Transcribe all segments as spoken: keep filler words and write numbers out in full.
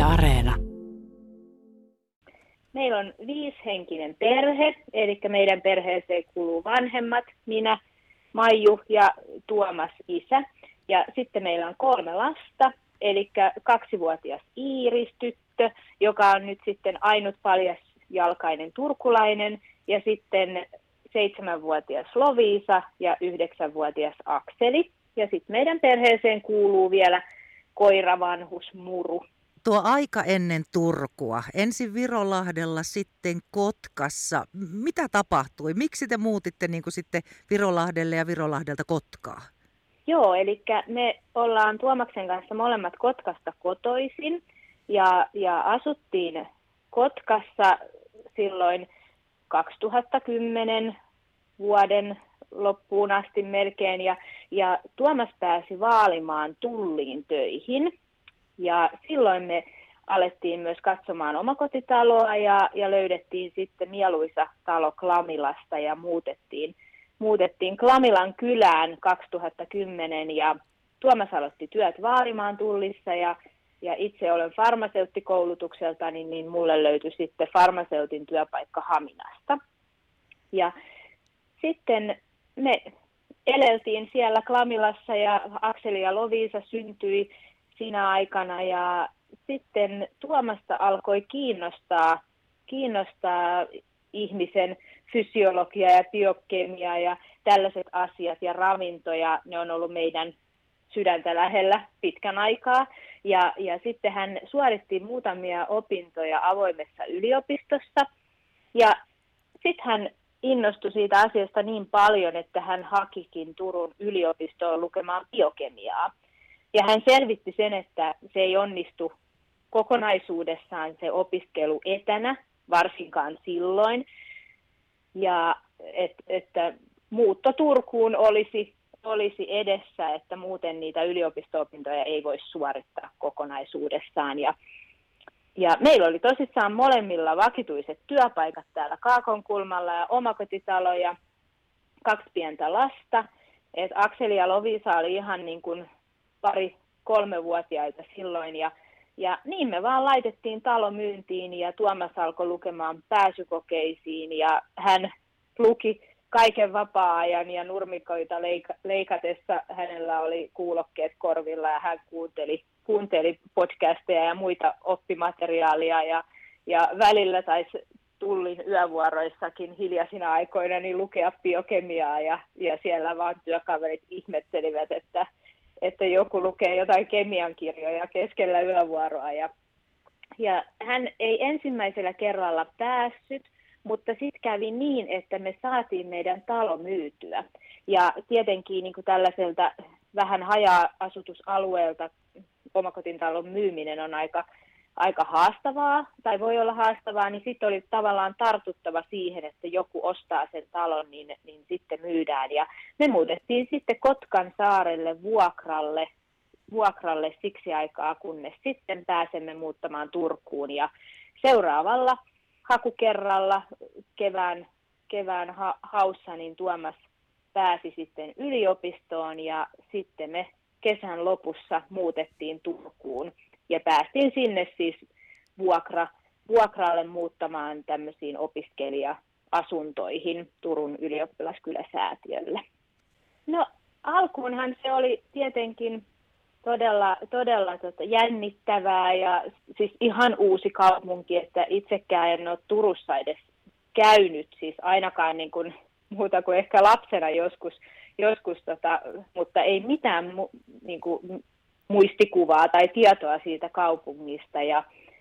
Areena. Meillä on viisihenkinen perhe, eli meidän perheeseen kuuluu vanhemmat, minä, Maiju ja Tuomas isä. Ja sitten meillä on kolme lasta, eli kaksivuotias Iiris tyttö, joka on nyt sitten ainut paljasjalkainen turkulainen, ja sitten seitsemänvuotias Loviisa ja yhdeksänvuotias Akseli. Ja sitten meidän perheeseen kuuluu vielä koiravanhus Muru. Tuo aika ennen Turkua, ensin Virolahdella, sitten Kotkassa. Mitä tapahtui? Miksi te muutitte niin kuin sitten Virolahdelle ja Virolahdelta Kotkaa? Joo, eli me ollaan Tuomaksen kanssa molemmat Kotkasta kotoisin ja, ja asuttiin Kotkassa silloin kaksituhattakymmenen vuoden loppuun asti melkein ja, ja Tuomas pääsi Vaalimaan tulliin töihin. Ja silloin me alettiin myös katsomaan omakotitaloa ja, ja löydettiin sitten mieluisa talo Klamilasta ja muutettiin, muutettiin Klamilan kylään kaksituhattakymmenen ja Tuomas aloitti työt Vaalimaan tullissa ja, ja itse olen farmaseuttikoulutukselta, niin, niin mulle löytyi sitten farmaseutin työpaikka Haminasta. Ja sitten me eleltiin siellä Klamilassa ja Akseli ja Loviisa syntyi siinä aikana ja sitten Tuomasta alkoi kiinnostaa, kiinnostaa ihmisen fysiologia ja biokemia ja tällaiset asiat ja ravinto ja ne on ollut meidän sydäntä lähellä pitkän aikaa. Ja, ja sitten hän suoritti muutamia opintoja avoimessa yliopistossa ja sitten hän innostui siitä asiasta niin paljon, että hän hakikin Turun yliopistoon lukemaan biokemiaa. Ja hän selvitti sen, että se ei onnistu kokonaisuudessaan se opiskelu etänä, varsinkaan silloin. Ja et, että muutto Turkuun olisi, olisi edessä, että muuten niitä yliopisto-opintoja ei voisi suorittaa kokonaisuudessaan. Ja, ja meillä oli tosissaan molemmilla vakituiset työpaikat täällä Kaakonkulmalla ja omakotitalo ja kaksi pientä lasta. Et Akseli ja Loviisa oli ihan niin kuin pari kolmevuotiaita silloin ja, ja niin me vaan laitettiin talo myyntiin ja Tuomas alkoi lukemaan pääsykokeisiin ja hän luki kaiken vapaa-ajan ja nurmikoita leika, leikatessa hänellä oli kuulokkeet korvilla ja hän kuunteli, kuunteli podcasteja ja muita oppimateriaalia ja, ja välillä taisi tullin yövuoroissakin hiljaisina aikoina niin lukea biokemiaa ja, ja siellä vaan työkaverit ihmettelivät, että että joku lukee jotain kemiankirjoja keskellä yövuoroa. Ja, ja hän ei ensimmäisellä kerralla päässyt, mutta sitten kävi niin, että me saatiin meidän talo myytyä. Ja tietenkin niin kuin tällaiselta vähän haja-asutusalueelta omakotitalon myyminen on aika, aika haastavaa, tai voi olla haastavaa, niin sitten oli tavallaan tartuttava siihen, että joku ostaa sen talon, niin, niin sitten myydään. Ja me muutettiin sitten Kotkan saarelle vuokralle, vuokralle siksi aikaa, kunnes sitten pääsemme muuttamaan Turkuun. Ja seuraavalla hakukerralla kevään, kevään ha- haussa, niin Tuomas pääsi sitten yliopistoon ja sitten me kesän lopussa muutettiin Turkuun. Ja päästiin sinne siis vuokra, vuokralle muuttamaan tämmöisiin opiskelija-asuntoihin Turun ylioppilaskyläsäätiölle. No alkuunhan se oli tietenkin todella, todella tota, jännittävää ja siis ihan uusi kaupunki, että itsekään en ole Turussa edes käynyt, siis ainakaan niin kuin, muuta kuin ehkä lapsena joskus, joskus tota, mutta ei mitään mu, niin kuin, muistikuvaa tai tietoa siitä kaupungista ja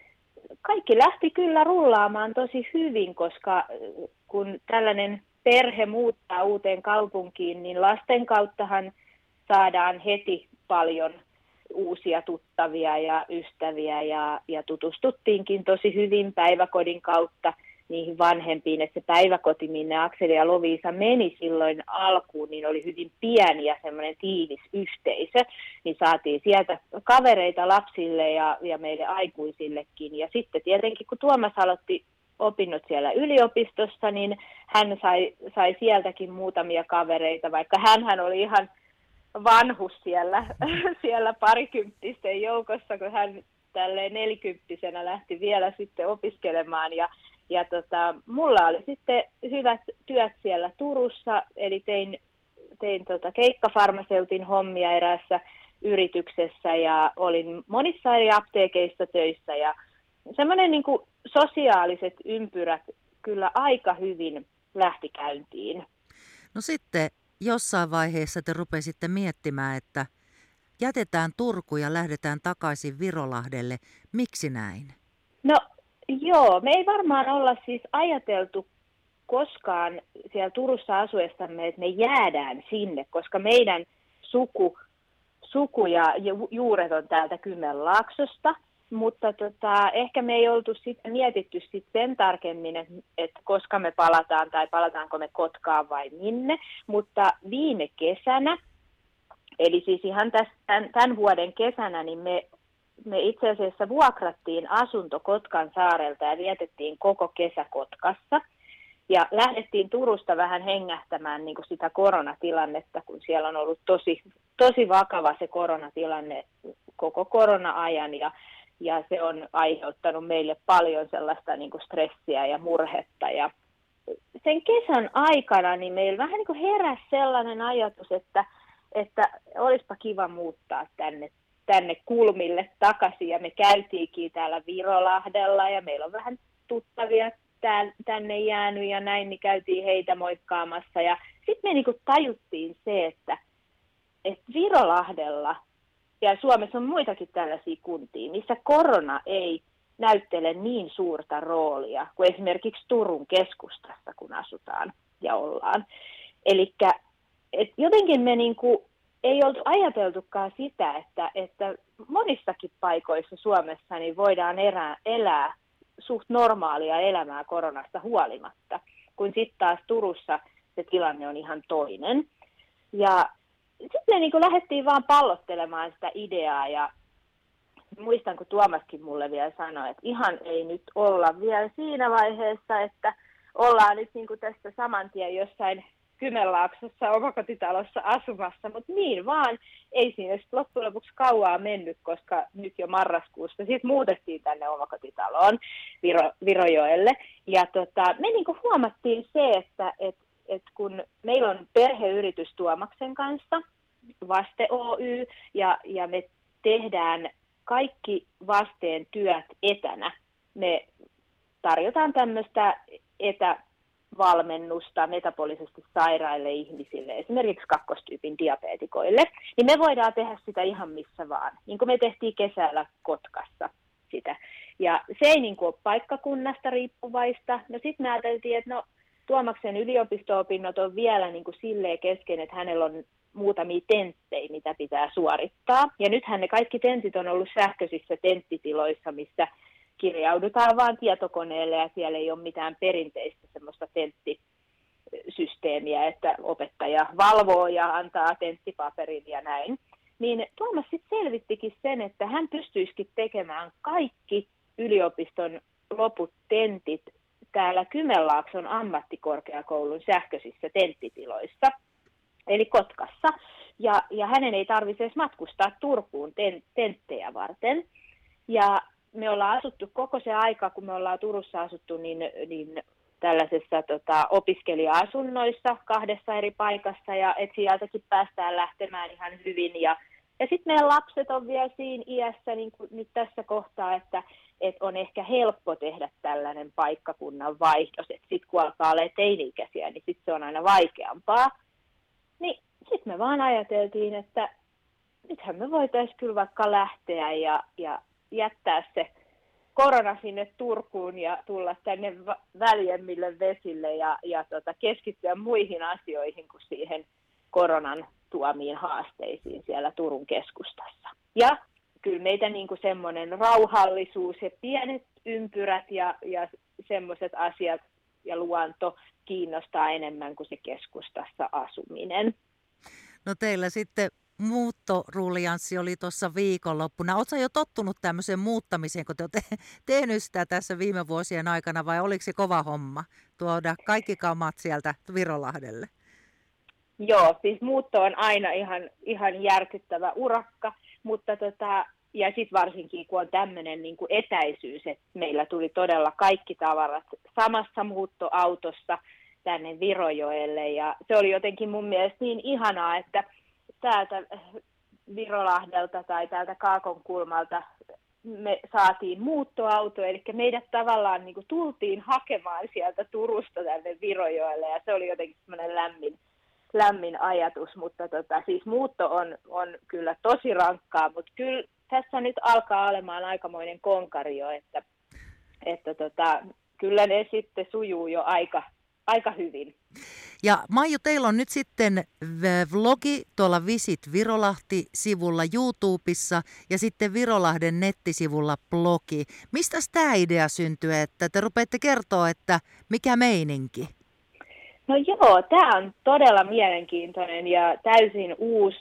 kaikki lähti kyllä rullaamaan tosi hyvin, koska kun tällainen perhe muuttaa uuteen kaupunkiin, niin lasten kauttahan saadaan heti paljon uusia tuttavia ja ystäviä ja, ja tutustuttiinkin tosi hyvin päiväkodin kautta niihin vanhempiin, että se päiväkoti, minne Akseli ja Loviisa meni silloin alkuun, niin oli hyvin pieni ja semmoinen tiivis yhteisö, niin saatiin sieltä kavereita lapsille ja, ja meille aikuisillekin. Ja sitten tietenkin, kun Tuomas aloitti opinnot siellä yliopistossa, niin hän sai, sai sieltäkin muutamia kavereita, vaikka hänhän oli ihan vanhus siellä, siellä parikymppisten joukossa, kun hän tälleen nelikymppisenä lähti vielä sitten opiskelemaan ja, ja tota, mulla oli sitten hyvät työt siellä Turussa, eli tein, tein tota keikkafarmaseutin hommia eräässä yrityksessä ja olin monissa eri apteekeissa töissä ja semmoinen niin kuin sosiaaliset ympyrät kyllä aika hyvin lähti käyntiin. No sitten jossain vaiheessa te rupesitte miettimään, että jätetään Turku ja lähdetään takaisin Virolahdelle. Miksi näin? No joo, me ei varmaan olla siis ajateltu koskaan siellä Turussa asuessamme, että me jäädään sinne, koska meidän suku, suku ja juuret on täältä Kymenlaaksosta. Mutta tota, ehkä me ei oltu sitä mietitty sit sen tarkemmin, että, että koska me palataan tai palataanko me Kotkaan vai minne. Mutta viime kesänä, eli siis ihan täs, tämän, tämän vuoden kesänä, niin me, me itse asiassa vuokrattiin asunto Kotkan saarelta ja vietettiin koko kesä Kotkassa. Ja lähdettiin Turusta vähän hengähtämään niin kuin sitä koronatilannetta, kun siellä on ollut tosi, tosi vakava se koronatilanne koko korona-ajan. Ja Ja se on aiheuttanut meille paljon sellaista niin kuin stressiä ja murhetta. Ja sen kesän aikana niin meillä vähän niin kuin heräsi sellainen ajatus, että, että olisipa kiva muuttaa tänne, tänne kulmille takaisin. Ja me käytiinkin täällä Virolahdella ja meillä on vähän tuttavia tänne jäänyt ja näin, niin käytiin heitä moikkaamassa. Ja sitten me niin kuin tajuttiin se, että, että Virolahdella ja Suomessa on muitakin tällaisia kuntia, missä korona ei näyttele niin suurta roolia kuin esimerkiksi Turun keskustassa, kun asutaan ja ollaan. Eli jotenkin me niinku ei oltu ajateltukaan sitä, että, että monissakin paikoissa Suomessa niin voidaan erää, elää suht normaalia elämää koronasta huolimatta, kun sitten taas Turussa se tilanne on ihan toinen. Ja sitten me niin kuin lähdettiin vaan pallottelemaan sitä ideaa ja muistan, kun Tuomaskin mulle vielä sanoi, että ihan ei nyt olla vielä siinä vaiheessa, että ollaan nyt niin kuin tässä saman tien jossain Kymenlaaksossa omakotitalossa asumassa, mutta niin vaan ei siinä loppujen lopuksi kauaa mennyt, koska nyt jo marraskuussa sitten muutettiin tänne omakotitaloon Viro, Virojoelle ja tota, me niin kuin huomattiin se, että et, et kun meillä on perheyritys Tuomaksen kanssa, Vaste Oy, ja, ja me tehdään kaikki Vasteen työt etänä. Me tarjotaan tämmöistä etävalmennusta metabolisesti sairaille ihmisille, esimerkiksi kakkostyypin diabeetikoille, niin me voidaan tehdä sitä ihan missä vaan, niin kuin me tehtiin kesällä Kotkassa sitä. Ja se ei niin kuin ole paikkakunnasta riippuvaista. No sitten me ajateltiin, että no, Tuomaksen yliopisto-opinnot on vielä niin kuin silleen kesken, että hänellä on muutamia tenttejä, mitä pitää suorittaa. Ja nythän ne kaikki tentit on ollut sähköisissä tenttitiloissa, missä kirjaudutaan vaan tietokoneelle ja siellä ei ole mitään perinteistä semmoista tenttisysteemiä, että opettaja valvoo ja antaa tenttipaperin ja näin. Niin Tuomas sitten selvittikin sen, että hän pystyisikin tekemään kaikki yliopiston loput tentit täällä Kymenlaakson ammattikorkeakoulun sähköisissä tenttitiloissa, eli Kotkassa. Ja, ja hänen ei tarvitse edes matkustaa Turkuun ten, tenttejä varten. Ja me ollaan asuttu koko se aika, kun me ollaan Turussa asuttu, niin, niin tällaisessa tota, opiskelija-asunnoissa kahdessa eri paikassa, ja et sieltäkin päästään lähtemään ihan hyvin. Ja, ja sitten meidän lapset on vielä siinä iässä niin kuin nyt tässä kohtaa, että et on ehkä helppo tehdä tällainen paikkakunnan vaihdos. Sitten kun alkaa olla teini-ikäisiä, niin sitten se on aina vaikeampaa. Niin sitten me vaan ajateltiin, että nythän me voitaisiin kyllä vaikka lähteä ja, ja jättää se korona sinne Turkuun ja tulla tänne väljemmille vesille ja, ja tota, keskittyä muihin asioihin kuin siihen koronan tuomiin haasteisiin siellä Turun keskustassa. Ja kyllä meitä niin kuin semmoinen rauhallisuus ja pienet ympyrät ja, ja semmoiset asiat ja luonto kiinnostaa enemmän kuin se keskustassa asuminen. No teillä sitten muuttoruljanssi oli tuossa viikonloppuna. Oletko jo tottunut tämmöiseen muuttamiseen, kun te olette tehnyt sitä tässä viime vuosien aikana, vai oliko se kova homma tuoda kaikki kamat sieltä Virolahdelle? Joo, siis muutto on aina ihan, ihan järkyttävä urakka, mutta tota, ja sitten varsinkin, kun on tämmöinen niin kuin etäisyys, että meillä tuli todella kaikki tavarat samassa muuttoautossa tänne Virojoelle. Ja se oli jotenkin mun mielestä niin ihanaa, että täältä Virolahdelta tai täältä Kaakonkulmalta me saatiin muuttoauto, eli meidät tavallaan niin kuin tultiin hakemaan sieltä Turusta tänne Virojoelle, ja se oli jotenkin semmoinen lämmin, lämmin ajatus, mutta tota, siis muutto on, on kyllä tosi rankkaa, mutta kyllä tässä nyt alkaa olemaan aikamoinen konkario, että, että tota, kyllä ne sitten sujuu jo aika, aika hyvin. Ja Maiju, teillä on nyt sitten vlogi tuolla Visit Virolahti-sivulla YouTubessa ja sitten Virolahden nettisivulla blogi. Mistä tämä idea syntyy, että te rupeatte kertoa, että mikä meininki? No joo, tämä on todella mielenkiintoinen ja täysin uusi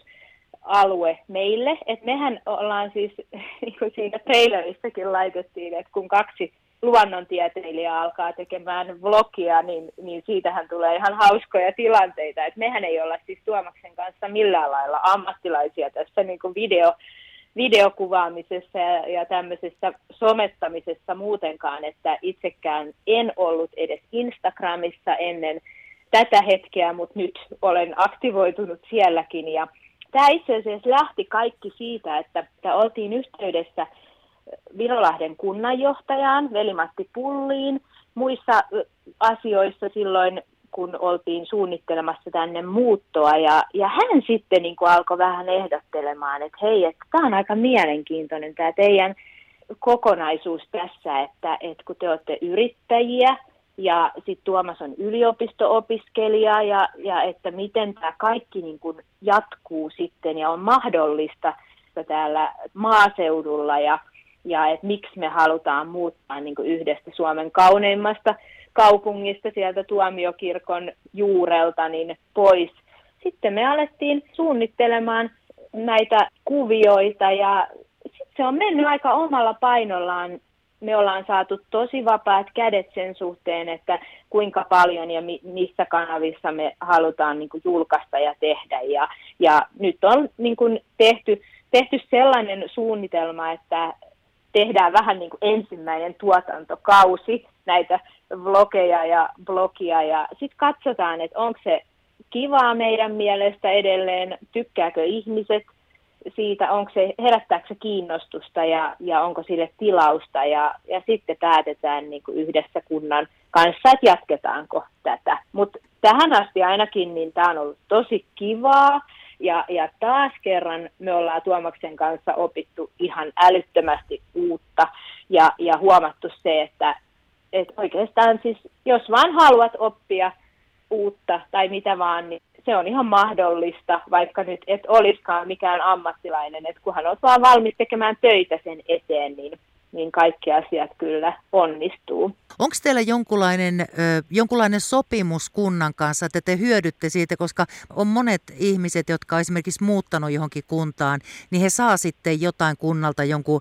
alue meille. Et mehän ollaan siis, niin kuin siinä trailerissakin laitettiin, että kun kaksi luonnontieteilijä alkaa tekemään vlogia, niin, niin siitähän tulee ihan hauskoja tilanteita. Et mehän ei olla siis Tuomaksen kanssa millään lailla ammattilaisia tässä niin kuin video, videokuvaamisessa ja, ja tämmöisessä somettamisessa muutenkaan, että itsekään en ollut edes Instagramissa ennen tätä hetkeä, mutta nyt olen aktivoitunut sielläkin. Ja tämä itse asiassa lähti kaikki siitä, että, että oltiin yhteydessä Virolahden kunnanjohtajaan, Veli-Matti Pulliin, muissa asioissa silloin, kun oltiin suunnittelemassa tänne muuttoa. Ja, ja hän sitten niin kuin alkoi vähän ehdottelemaan, että hei, että tämä on aika mielenkiintoinen tämä teidän kokonaisuus tässä, että, että kun te olette yrittäjiä ja sitten Tuomas on yliopisto-opiskelija ja, ja että miten tämä kaikki niin kuin jatkuu sitten ja on mahdollista täällä maaseudulla ja ja että miksi me halutaan muuttaa niin kuin yhdestä Suomen kauneimmasta kaupungista sieltä Tuomiokirkon juurelta niin pois. Sitten me alettiin suunnittelemaan näitä kuvioita ja sitten se on mennyt aika omalla painollaan. Me ollaan saatu tosi vapaat kädet sen suhteen, että kuinka paljon ja mi- missä kanavissa me halutaan niin kuin julkaista ja tehdä. Ja, ja nyt on niin kuin tehty, tehty sellainen suunnitelma, että tehdään vähän niin kuin ensimmäinen tuotantokausi näitä vlogeja ja blogia ja sitten katsotaan, että onko se kivaa meidän mielestä edelleen, tykkääkö ihmiset siitä, onko se, herättääkö se kiinnostusta ja, ja onko sille tilausta ja, ja sitten päätetään niin kuin yhdessä kunnan kanssa, että jatketaanko tätä. Mutta tähän asti ainakin niin tämä on ollut tosi kivaa. Ja, ja taas kerran me ollaan Tuomaksen kanssa opittu ihan älyttömästi uutta ja, ja huomattu se, että, että oikeastaan siis, jos vaan haluat oppia uutta tai mitä vaan, niin se on ihan mahdollista, vaikka nyt et olisikaan mikään ammattilainen, että kunhan olet vaan valmis tekemään töitä sen eteen, niin, niin kaikki asiat kyllä onnistuu. Onko teillä jonkunlainen, ö, jonkunlainen sopimus kunnan kanssa, että te hyödytte siitä, koska on monet ihmiset, jotka on esimerkiksi muuttanut johonkin kuntaan, niin he saa sitten jotain kunnalta jonkun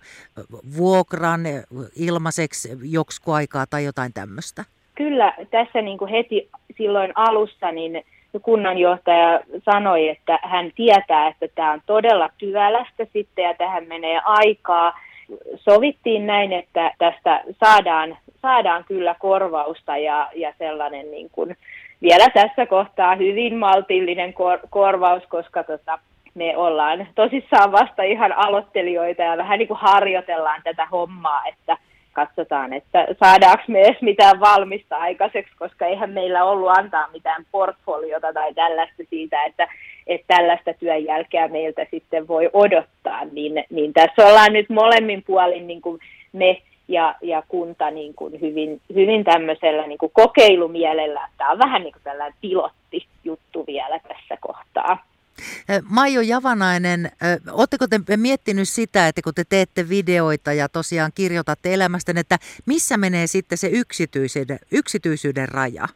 vuokran ilmaiseksi joksiku aikaa tai jotain tämmöistä? Kyllä, tässä niin kuin heti silloin alussa niin kunnanjohtaja sanoi, että hän tietää, että tämä on todella työlästä sitten ja tähän menee aikaa. Sovittiin näin, että tästä saadaan, saadaan kyllä korvausta ja, ja sellainen niin kuin vielä tässä kohtaa hyvin maltillinen kor, korvaus, koska tota, me ollaan tosissaan vasta ihan aloittelijoita ja vähän niin kuin harjoitellaan tätä hommaa, että katsotaan, että saadaanko me edes mitään valmista aikaiseksi, koska eihän meillä ollut antaa mitään portfoliota tai tällaista siitä, että, että tällaista työn jälkeä meiltä sitten voi odottaa. Niin, niin tässä ollaan nyt molemmin puolin niin kuin me ja, ja kunta niin kuin hyvin, hyvin tämmöisellä niin kuin kokeilumielellä. Tämä on vähän niin kuin tällainen pilottijuttu vielä tässä kohtaa. Maiju Javanainen, oletteko te miettinyt sitä, että kun te teette videoita ja tosiaan kirjoitatte elämästä, että missä menee sitten se yksityisyyden, yksityisyyden raja?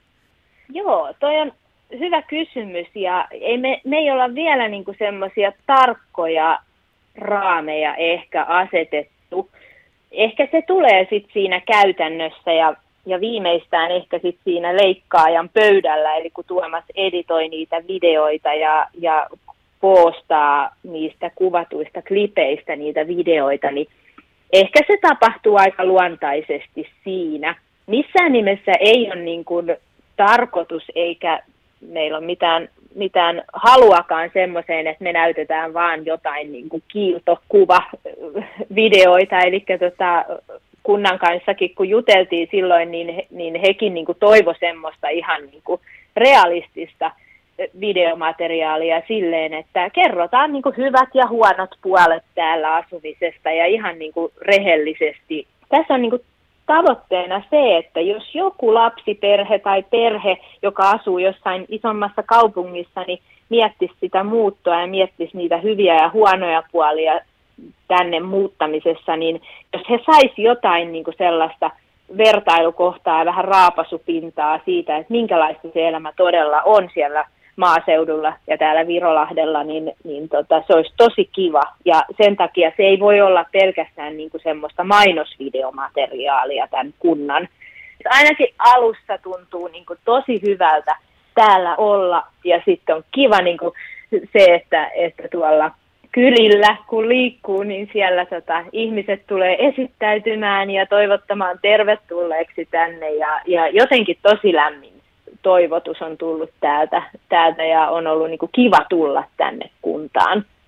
Joo, toi on hyvä kysymys ja ei me, me ei olla vielä niinku semmoisia tarkkoja raameja ehkä asetettu. Ehkä se tulee sitten siinä käytännössä ja Ja viimeistään ehkä sitten siinä leikkaajan pöydällä, eli kun Tuomas editoi niitä videoita ja, ja poostaa niistä kuvatuista klipeistä niitä videoita, niin ehkä se tapahtuu aika luontaisesti siinä. Missään nimessä ei ole niin kuin tarkoitus eikä meillä ole mitään, mitään haluakaan semmoiseen, että me näytetään vaan jotain niin kuin kiiltokuvavideoita. Eli tota, kunnan kanssakin, kun juteltiin silloin, niin, niin hekin niin kuin toivo semmoista ihan niin kuin realistista videomateriaalia silleen, että kerrotaan niin kuin hyvät ja huonot puolet täällä asumisesta ja ihan niin kuin rehellisesti. Tässä on niin kuin tavoitteena se, että jos joku lapsiperhe tai perhe, joka asuu jossain isommassa kaupungissa, niin miettisi sitä muuttoa ja miettisi niitä hyviä ja huonoja puolia tänne muuttamisessa, niin jos he saisi jotain niin kuin sellaista vertailukohtaa ja vähän raapasupintaa siitä, että minkälaista se elämä todella on siellä maaseudulla ja täällä Virolahdella, niin, niin tota, se olisi tosi kiva. Ja sen takia se ei voi olla pelkästään niin kuin semmoista mainosvideomateriaalia tämän kunnan. Ainakin alussa tuntuu niin kuin tosi hyvältä täällä olla ja sitten on kiva niin kuin se, että, että tuolla kylillä kun liikkuu, niin siellä tota, ihmiset tulee esittäytymään ja toivottamaan tervetulleeksi tänne ja, ja jotenkin tosi lämmin toivotus on tullut täältä, täältä ja on ollut niin kuin kiva tulla tänne kuntaan.